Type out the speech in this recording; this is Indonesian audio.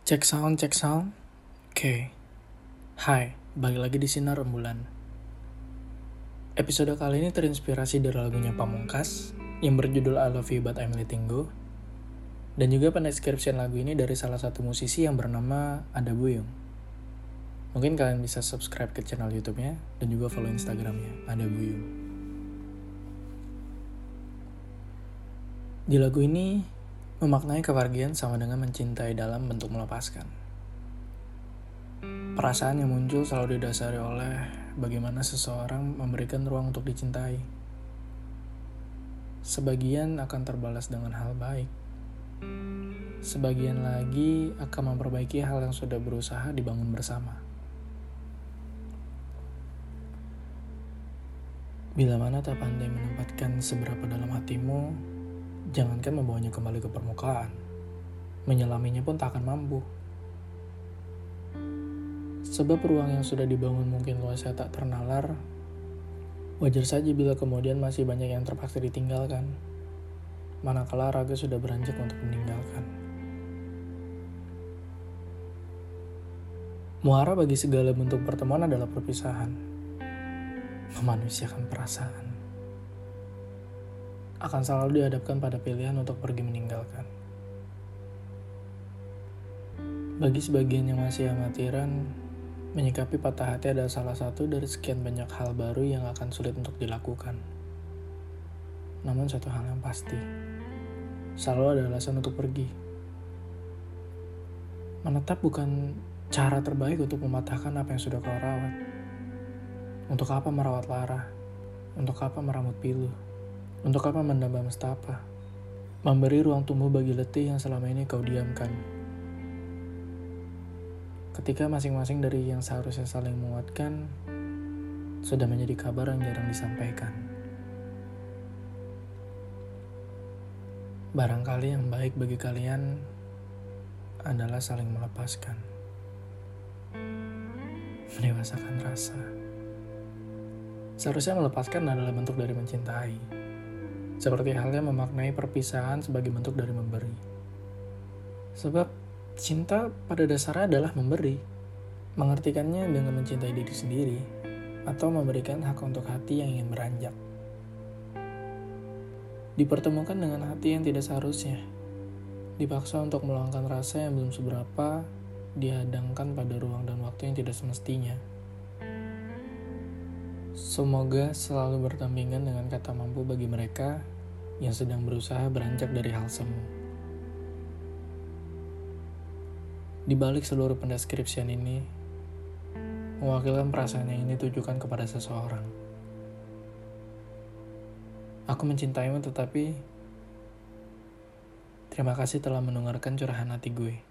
Cek sound, cek sound. Oke. Hai, balik lagi di Sinar Rembulan. Episode kali ini terinspirasi dari lagunya Pamungkas yang berjudul I Love You But I'm Letting Go. Dan juga pendeskripsian lagu ini dari salah satu musisi yang bernama Ada Buyung. Mungkin kalian bisa subscribe ke channel YouTube-nya dan juga follow Instagram-nya Ada Buyung. Di lagu ini memaknai kepergian sama dengan mencintai dalam bentuk melepaskan. Perasaan yang muncul selalu didasari oleh bagaimana seseorang memberikan ruang untuk dicintai. Sebagian akan terbalas dengan hal baik. Sebagian lagi akan memperbaiki hal yang sudah berusaha dibangun bersama. Bila mana tak pandai menempatkan seberapa dalam hatimu, jangankan membawanya kembali ke permukaan, menyelaminya pun tak akan mampu. Sebab ruang yang sudah dibangun mungkin luasnya tak ternalar, wajar saja bila kemudian masih banyak yang terpaksa ditinggalkan, manakala raga sudah beranjak untuk meninggalkan. Muara bagi segala bentuk pertemuan adalah perpisahan, memanusiakan perasaan. Akan selalu dihadapkan pada pilihan untuk pergi meninggalkan. Bagi sebagian yang masih amatiran, menyikapi patah hati adalah salah satu dari sekian banyak hal baru yang akan sulit untuk dilakukan. Namun satu hal yang pasti, selalu ada alasan untuk pergi. Menetap bukan cara terbaik untuk mematahkan apa yang sudah kau rawat. Untuk apa merawat lara? Untuk apa meramut pilu? Untuk apa mendamba mestapa? Memberi ruang tumbuh bagi letih yang selama ini kau diamkan. Ketika masing-masing dari yang seharusnya saling menguatkan, sudah menjadi kabar yang jarang disampaikan. Barangkali yang baik bagi kalian adalah saling melepaskan. Mendewasakan rasa. Seharusnya melepaskan adalah bentuk dari mencintai. Seperti halnya memaknai perpisahan sebagai bentuk dari memberi. Sebab cinta pada dasarnya adalah memberi. Mengartikannya dengan mencintai diri sendiri atau memberikan hak untuk hati yang ingin beranjak. Dipertemukan dengan hati yang tidak seharusnya. Dipaksa untuk meluangkan rasa yang belum seberapa, dihadangkan pada ruang dan waktu yang tidak semestinya. Semoga selalu berdampingan dengan kata mampu bagi mereka yang sedang berusaha beranjak dari hal semu. Di balik seluruh pendeskripsian ini, mewakilkan perasaan yang ini ditujukan kepada seseorang. Aku mencintaimu, tetapi terima kasih telah mendengarkan curahan hati gue.